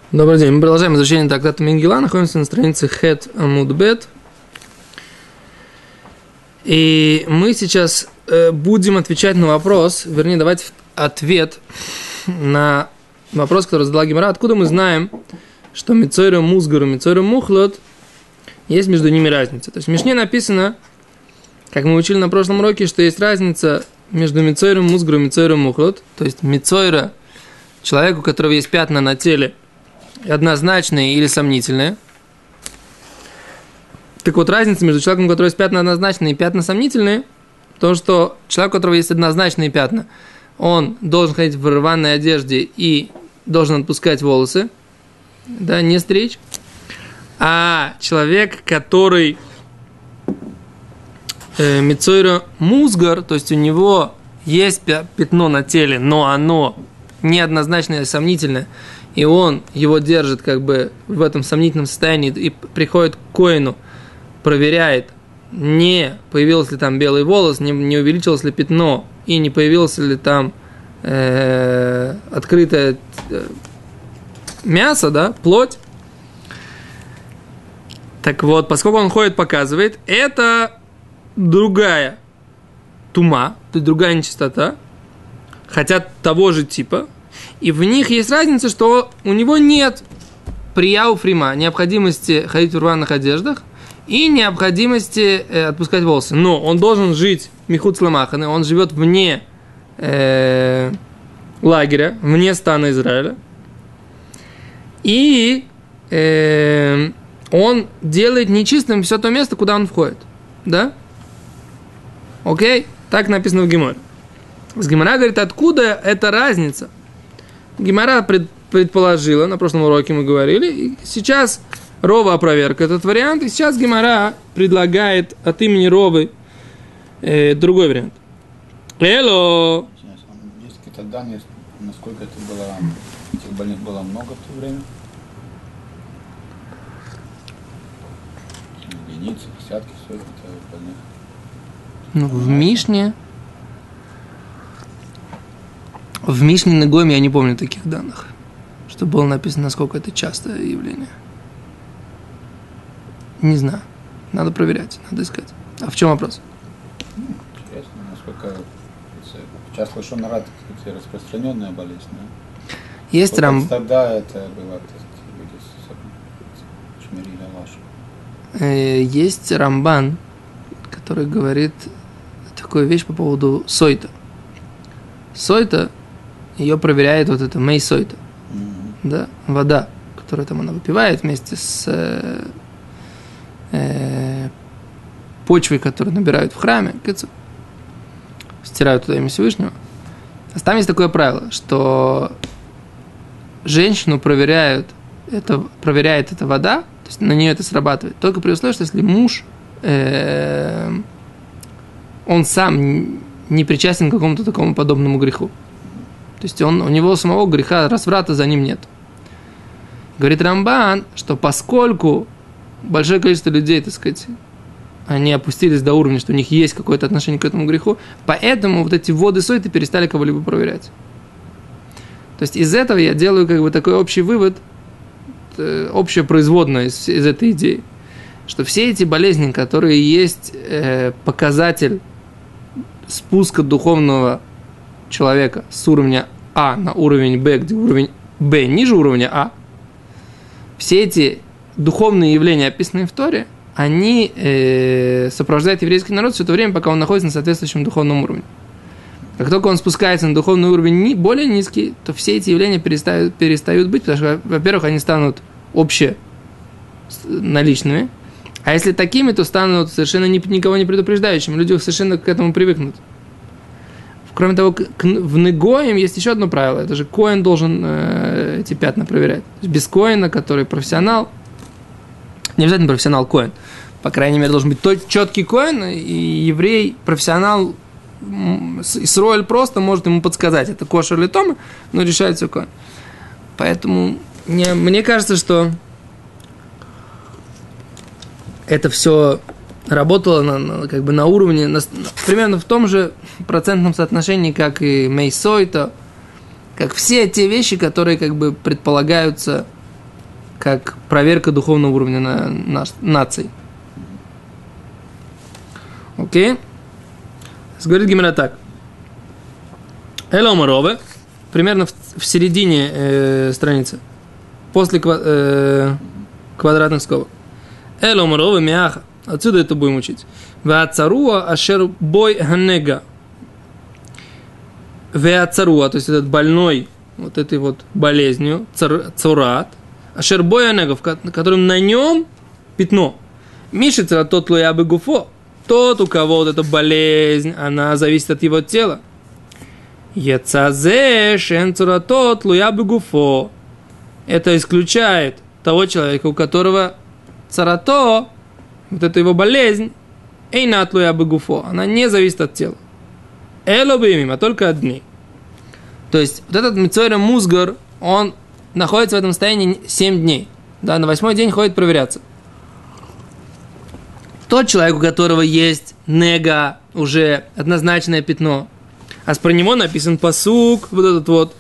Добрый день. Мы продолжаем изучение трактата Мегила. Находимся на странице Хет Амуд Бет. И мы сейчас будем отвечать на вопрос, вернее, давать ответ на вопрос, который задала Гемара. Откуда мы знаем, что Мицойра Музгару, Мицойра Мухлот, есть между ними разница? То есть в Мишне написано, как мы учили на прошлом уроке, что есть разница между Мицойра Музгару и Мицойра Мухлот. То есть Мицойра, человеку, у которого есть пятна на теле, однозначные или сомнительные. Так вот, разница между человеком, у которого есть пятна однозначные и пятна сомнительные, то, что человек, у которого есть однозначные пятна, он должен ходить в рваной одежде и должен отпускать волосы, да, не стричь. А человек, который Мицойра Музгар, то есть у него есть пятно на теле, но оно неоднозначное и сомнительное, и он его держит как бы в этом сомнительном состоянии и приходит к коину, проверяет, не появился ли там белый волос, не увеличилось ли пятно и не появилось ли там открытое мясо, да, плоть. Так вот, поскольку он ходит, показывает, это другая тума, то есть другая нечистота, хотя того же типа. И в них есть разница, что у него нет прияу фрима, необходимости ходить в рваных одеждах и необходимости отпускать волосы. Но он должен жить михуц ламаханы, он живет вне лагеря, вне стана Израиля. И он делает нечистым все то место, куда он входит. Да? Окей? Так написано в Геморе. С Гемора говорит, откуда эта разница? Гемара предположила, на прошлом уроке мы говорили, и сейчас Рова опроверг этот вариант, и сейчас Гемара предлагает от имени Ровы другой вариант. Эло! Есть какие-то данные, насколько это было, этих больных было много в то время? Единицы, десятки, сотни больных. Ну, в Мишне... В Мишне Негоме я не помню таких данных, что было написано, насколько это частое явление. Не знаю. Надо проверять, надо искать. А в чем вопрос? Интересно, насколько сейчас лошон ара, кстати, распространенная болезнь, да? Есть Тогда это было, люди шмирили вашу. Есть Рамбан, который говорит такую вещь по поводу сойта. Сойта, ее проверяет вот это мей сойта, да, вода, которую там она выпивает вместе с почвой, которую набирают в храме, стирают туда имя Всевышнего. Там есть такое правило, что женщину проверяет эта вода, то есть на нее это срабатывает, только при условии, что если муж, он сам не причастен к какому-то такому подобному греху. То есть у него самого греха, разврата за ним нет. Говорит Рамбан, что поскольку большое количество людей, так сказать, они опустились до уровня, что у них есть какое-то отношение к этому греху, поэтому вот эти воды сойты перестали кого-либо проверять. То есть из этого я делаю как бы такой общий вывод, общее производное из этой идеи, что все эти болезни, которые есть показатель спуска духовного человека с уровня А на уровень Б, где уровень Б ниже уровня А, все эти духовные явления, описанные в Торе, они сопровождают еврейский народ все то время, пока он находится на соответствующем духовном уровне. Как только он спускается на духовный уровень более низкий, то все эти явления перестают быть, потому что, во-первых, они станут общеналичными, а если такими, то станут совершенно никого не предупреждающими. Люди совершенно к этому привыкнут. Кроме того, в Негоим есть еще одно правило. Это же коэн должен эти пятна проверять. То есть без коэна, который профессионал, не обязательно профессионал коэн, по крайней мере, должен быть четкий коэн, и еврей, профессионал, Исроэль просто может ему подсказать, это кошер или тома, но решает все коэн. Поэтому мне кажется, что это все работало как бы на уровне, примерно в том же процентном соотношении, как и мейсойто, как все те вещи, которые как бы предполагаются как проверка духовного уровня наций. Окей? Говорит Гемара так. Эла Омарове, примерно в середине страницы, после квадратных скобок. Эла Омарове миаха. Отсюда это будем учить. Веацаруа ашер бой ханега. Веацаруа, то есть этот больной вот этой вот болезнью, цурат, ашер бой ханега, которым на нем пятно. Мишица тот луябы гуфо. Тот, у кого вот эта болезнь, она зависит от его тела. Яцазе шенцура тот луябы гуфо. Это исключает того человека, у которого царато, вот эта его болезнь, эйнат луябы гуфо, она не зависит от тела. Элобимим, а только от дней. То есть, вот этот мицойра музгар, он находится в этом состоянии 7 дней. Да, на 8-й день ходит проверяться. Тот человек, у которого есть нега, уже однозначное пятно, а про него написан пасук, вот этот вот,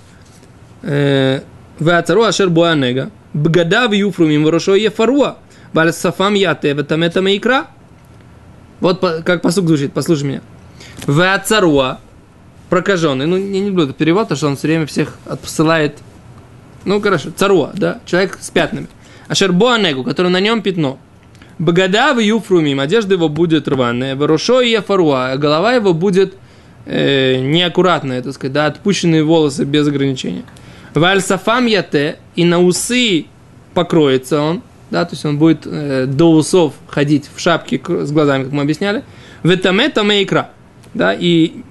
«Веацару ашер боа нега, бгадав юфрумим ворошо ефаруа, баль сафам яте, ветамета мейкра». Вот как пасук звучит, послушай меня. «Веацаруа», прокаженный, ну, я не буду этот перевод, потому что он все время всех отсылает, ну, хорошо, царуа, да, человек с пятнами. Ашер боа негу, который на нем пятно. Бгада в юфрумим, одежда его будет рваная, ворошо и ефаруа, голова его будет неаккуратная, так сказать, да, отпущенные волосы без ограничения. Вальсафам яте, и на усы покроется он, да, то есть он будет до усов ходить в шапке с глазами, как мы объясняли. Ветаме таме икра, да, и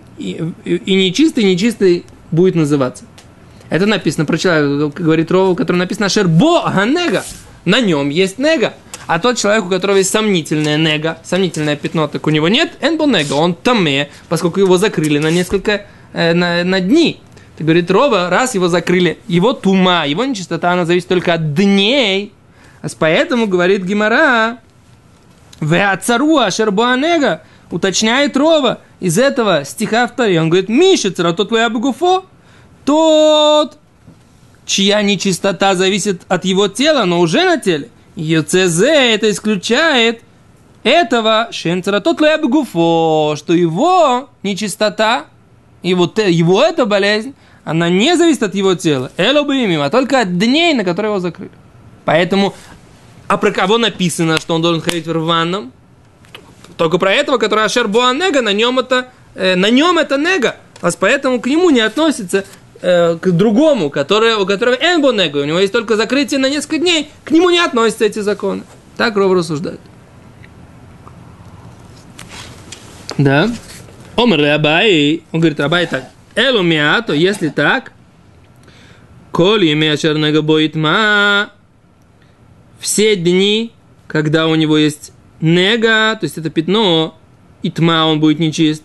нечистый будет называться. Это написано про человека, говорит Рова, который написано «Шербо ганега», на нем есть нега. А тот человек, у которого есть сомнительное нега, сомнительное пятно, так у него нет энбо нега, он таме, поскольку его закрыли на несколько, на дни. Так говорит Рова, раз его закрыли, его тума, его нечистота, она зависит только от дней. А поэтому, говорит Гемара, «Веацаруа шербо нега», уточняет Рова из этого стиха в Торе. Он говорит, «Мишецера тот луябы гуфо», тот, чья нечистота зависит от его тела, но уже на теле. ЮЦЗ это исключает этого шенцера тот луябы гуфо, что его нечистота, его эта болезнь, она не зависит от его тела, элобимим, а только от дней, на которые его закрыли. Поэтому, а про кого написано, что он должен ходить в рваном? Только про этого, который ашер боа нега, на нем это нега, а поэтому к нему не относится к другому, у которого энбо нега, у него есть только закрытие на несколько дней, к нему не относятся эти законы. Так Ров рассуждает. Да. Омер Абай, он говорит, Абай так, элу миато, если так, коли имея ашер нега боит ма, все дни, когда у него есть нега, то есть это пятно, и тма, он будет нечист.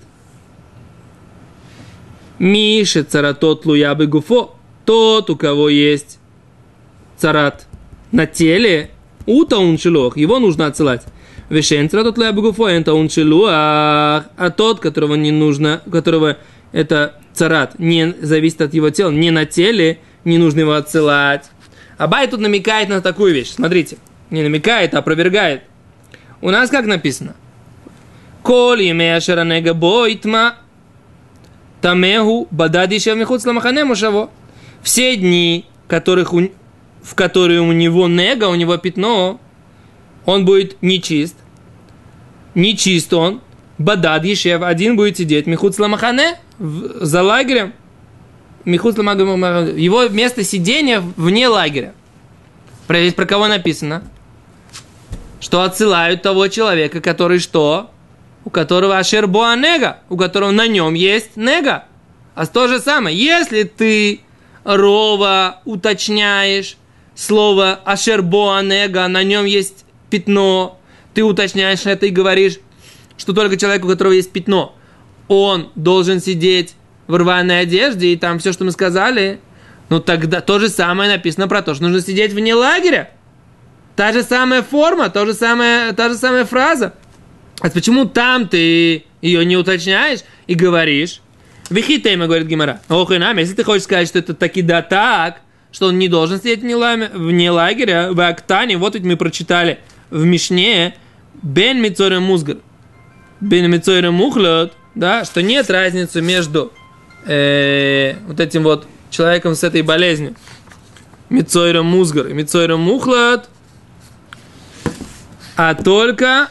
Миша царатот луябы гуфо, тот, у кого есть царат на теле, утаун шилох, его нужно отсылать. Вешен царатот луябы гуфо, энтаун шилуах, а тот, которого не нужно, которого это царат не зависит от его тела, не на теле, не нужно его отсылать. Абай тут намекает на такую вещь, смотрите, не намекает, а опровергает. У нас как написано? Коли имея шаранега бойтма, тамеху бададишев михуц ламахане мушаво. Все дни, в которые у него нега, у него пятно, он будет нечист. Нечист он. Бададишев, один будет сидеть михуц ламахане, за лагерем. Михуц ламахане, его место сидения вне лагеря. Здесь про кого написано? Что отсылают того человека, который что? У которого ашер боа нега, у которого на нем есть нега. А то же самое, если ты, Рова, уточняешь слово ашер боа нега, на нем есть пятно, ты уточняешь это и говоришь, что только человек, у которого есть пятно, он должен сидеть в рваной одежде, и там все, что мы сказали, ну тогда то же самое написано про то, что нужно сидеть вне лагеря. Та же самая форма, та же самая фраза. А почему там ты ее не уточняешь и говоришь? Вихитейма, говорит Гемара. Ох и нам, если ты хочешь сказать, что это таки да так, что он не должен сидеть вне лагеря, в Актане, вот ведь мы прочитали в Мишне, бен мицойра музгар, бен мицойра мухлот, да, что нет разницы между вот этим вот человеком с этой болезнью, мицойра музгар и мицойра мухлот, а только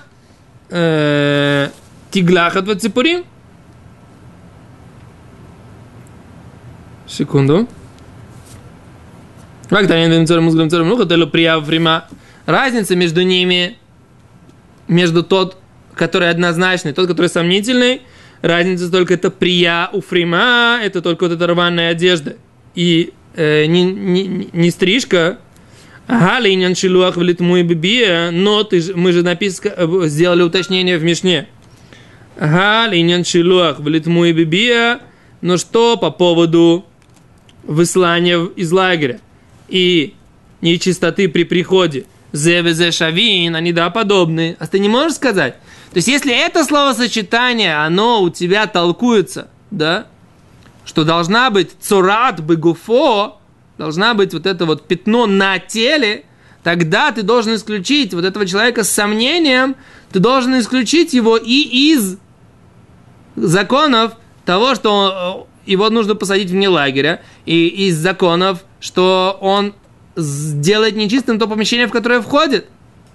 тиглахат ваципурим. Секунду. Разница между ними, между тот, который однозначный, тот, который сомнительный, разница только это прия у фрима, это только вот эта рваная одежда. И не стрижка. Ага, линян шилуах влит мой бибия, но мы же сделали уточнение в Мишне. Ага, линян шилуах влит мой бибия, но что по поводу выслания из лагеря и нечистоты при приходе? Зевезе шавин, они да подобные. А ты не можешь сказать? То есть, если это словосочетание, оно у тебя толкуется, да, что должна быть цурат бегуфо, должна быть вот это вот пятно на теле, тогда ты должен исключить вот этого человека с сомнением, ты должен исключить его и из законов того, что его нужно посадить вне лагеря, и из законов, что он сделает нечистым то помещение, в которое входит.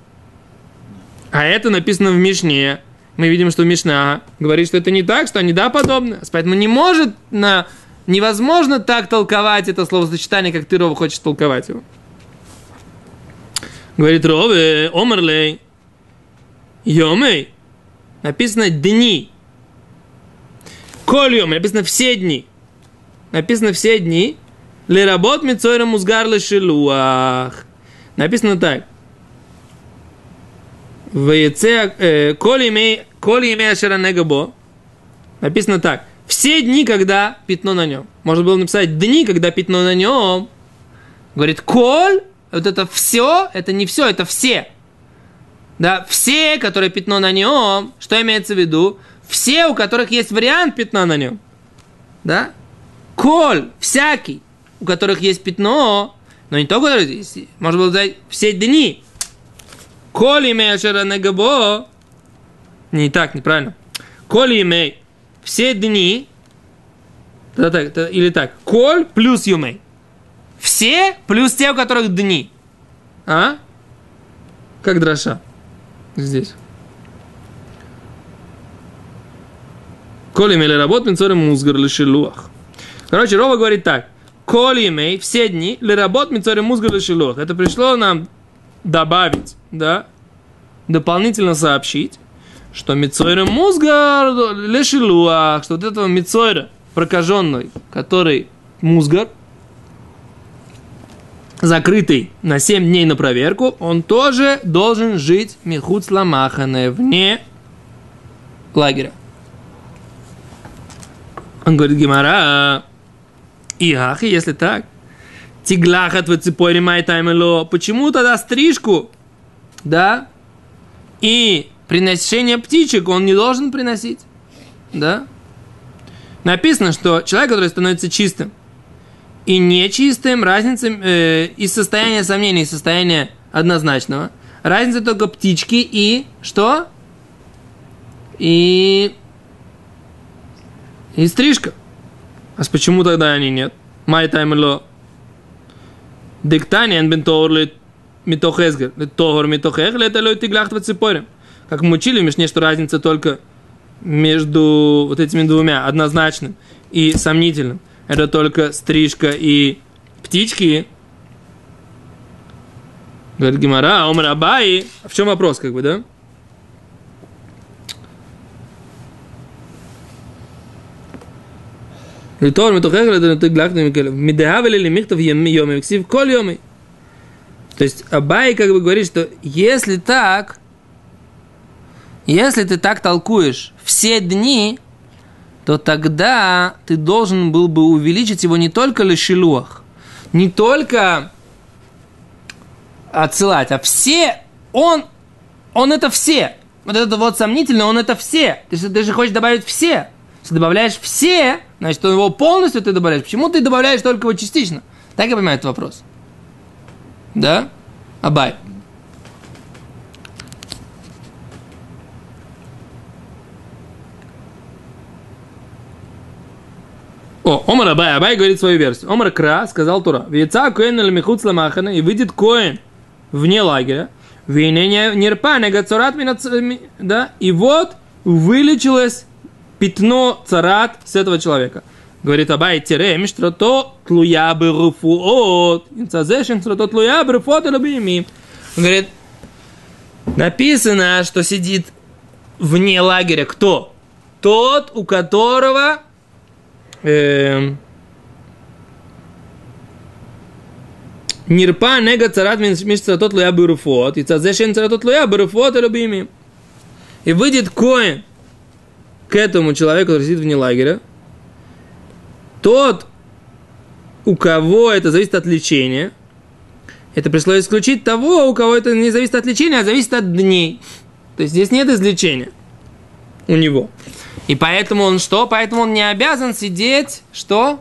А это написано в Мишне. Мы видим, что Мишна говорит, что это не так, что они да подобны. Поэтому невозможно так толковать это словосочетание, как ты, Рова, хочешь толковать его. Говорит Рове, омерлей, йомей, написано дни. Коль йомей, написано все дни. Написано все дни. Леработ мицойра музгар лешилуах. Написано так. Коль имея шаранегабо. Написано так. Все дни, когда пятно на нем. Можно было написать дни, когда пятно на нем. Говорит, коль, вот это все, это не все, это все. Да, все, которые пятно на нем, что имеется в виду? Все, у которых есть вариант пятна на нем. Да? Коль, всякий, у которых есть пятно, но не только, можно было сказать, все дни. Коль имея шаранегабо. Не так, неправильно. Коль имея все дни, или так, коль плюс юмей. Все плюс те, у которых дни. А? Как дроша. Здесь. Коль имей работ мицорем музгар лешилуах. Короче, Рова говорит так. Коль имей все дни леработ мицорем музгар лешилуах. Это пришло нам добавить, да, дополнительно сообщить, что мицойра музгар лешилуах, что вот этого мицойра прокаженный, который музгар, закрытый на 7 дней на проверку, он тоже должен жить михуц ламахане, вне лагеря. Он говорит, Гемара, ихах, если так, тиглахат веципори май таймело, почему тогда стрижку, да, и приношение птичек он не должен приносить, да? Написано, что человек, который становится чистым и нечистым, разница из состояния сомнений, из состояния однозначного, разница только птички и что? И стрижка. А почему тогда они нет? Май таймело. Диктаниан бенторлит митохезгер, тохор митохех, это лой тиглахт ваципорим. Как мы учили в Мишне, что разница только между вот этими двумя, однозначным и сомнительным, это только стрижка и птички. Говорит Гемара, омар Абай. В чем вопрос, как бы, да? То есть Абай как бы говорит, что если ты так толкуешь все дни, то тогда ты должен был бы увеличить его не только лешилуах, не только отсылать, а все, он это все. Вот это вот сомнительно, он это все. Ты же хочешь добавить все. Если добавляешь все, значит, его полностью ты добавляешь. Почему ты добавляешь только его частично? Так я понимаю этот вопрос. Да? Абай. Омар Абай говорит свою версию. Омар Кра сказал Тура. Вейца коэн эль михуц ламахана, и выйдет коэн вне лагеря. Вейне нерпа негацорат да, и вот вылечилось пятно царат с этого человека. Говорит Абай, тире, миштрато тлуя бы руфуот. Инцазешин трато тлуя бы руфуот и любимим. Говорит, написано, что сидит вне лагеря кто? Тот, у которого нирпа нега царат миштрато тлуя бы руфуот. Инцазешин трато тлуя бы руфуот и любимим. И выйдет коэн к этому человеку, который сидит вне лагеря, тот, у кого это зависит от лечения, это пришлось исключить того, у кого это не зависит от лечения, а зависит от дней. То есть здесь нет излечения у него. И поэтому он что? Поэтому он не обязан сидеть, что?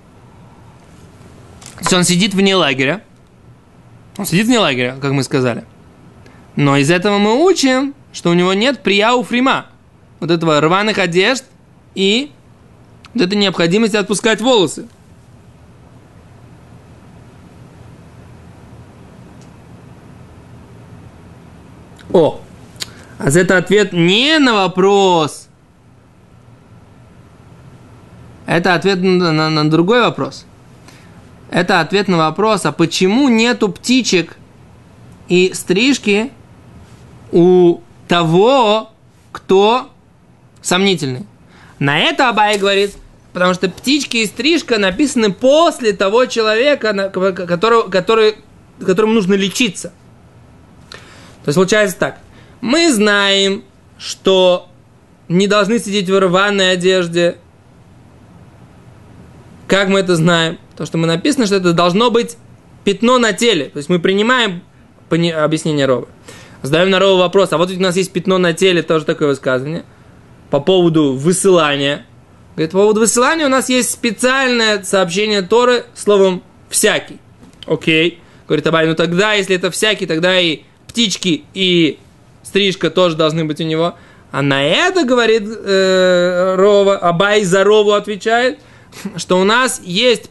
То есть он сидит вне лагеря. Он сидит вне лагеря, как мы сказали. Но из этого мы учим, что у него нет прияу фрима. Вот этого рваных одежд и вот этой необходимости отпускать волосы. А это ответ не на вопрос. Это ответ на другой вопрос. Это ответ на вопрос, а почему нету птичек и стрижки у того, кто сомнительный. На это Абай говорит, потому что птички и стрижка написаны после того человека, которому нужно лечиться. То есть получается так. Мы знаем, что не должны сидеть в рваной одежде. Как мы это знаем? Потому что мы написано, что это должно быть пятно на теле. То есть мы принимаем объяснение Рова. Задаем на Рова вопрос, а вот у нас есть пятно на теле, тоже такое высказывание. По поводу высылания. Говорит, по поводу высылания у нас есть специальное сообщение Торы словом «всякий». Окей. Говорит Абай, ну тогда, если это «всякий», тогда и птички, и стрижка тоже должны быть у него. А на это, говорит Рова, Абай за Рову отвечает, что у нас есть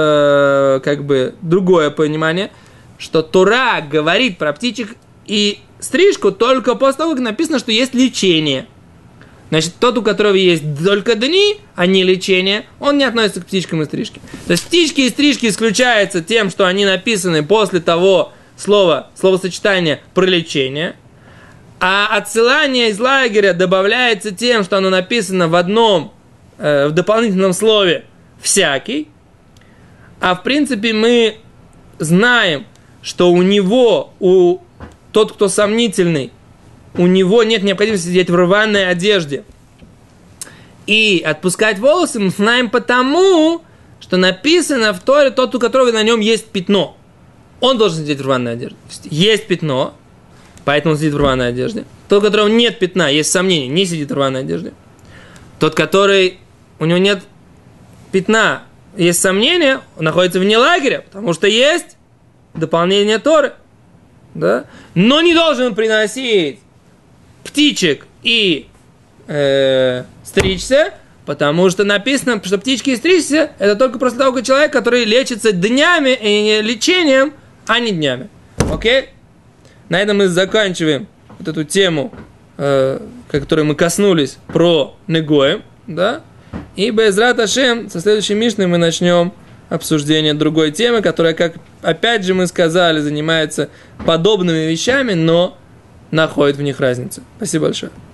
другое понимание, что Тора говорит про птичек и стрижку только после того, как написано, что есть лечение. Значит, тот, у которого есть только дни, а не лечение, он не относится к птичкам и стрижке. То есть птички и стрижки исключаются тем, что они написаны после того словосочетания про лечение, а отсылание из лагеря добавляется тем, что оно написано в дополнительном слове «всякий», а в принципе мы знаем, что тот, кто сомнительный, у него нет необходимости сидеть в рваной одежде и отпускать волосы, мы знаем потому, что написано в Торе тот, у которого на нем есть пятно. Он должен сидеть в рваной одежде. Есть пятно, поэтому он сидит в рваной одежде. Тот, у которого нет пятна, есть сомнение, не сидит в рваной одежде. Тот, который у него нет пятна, есть сомнение, он находится вне лагеря, потому что есть дополнение Торы. Да? Но не должен приносить птичек и стричься, потому что написано, что птички и стричься это только после того, как человек, который лечится днями и не лечением, а не днями. Окей? На этом мы заканчиваем вот эту тему, которой мы коснулись про Негоем, да? И Бе'эзрат Ашем со следующей Мишной мы начнем обсуждение другой темы, которая, как опять же мы сказали, занимается подобными вещами, но находит в них разницу. Спасибо большое.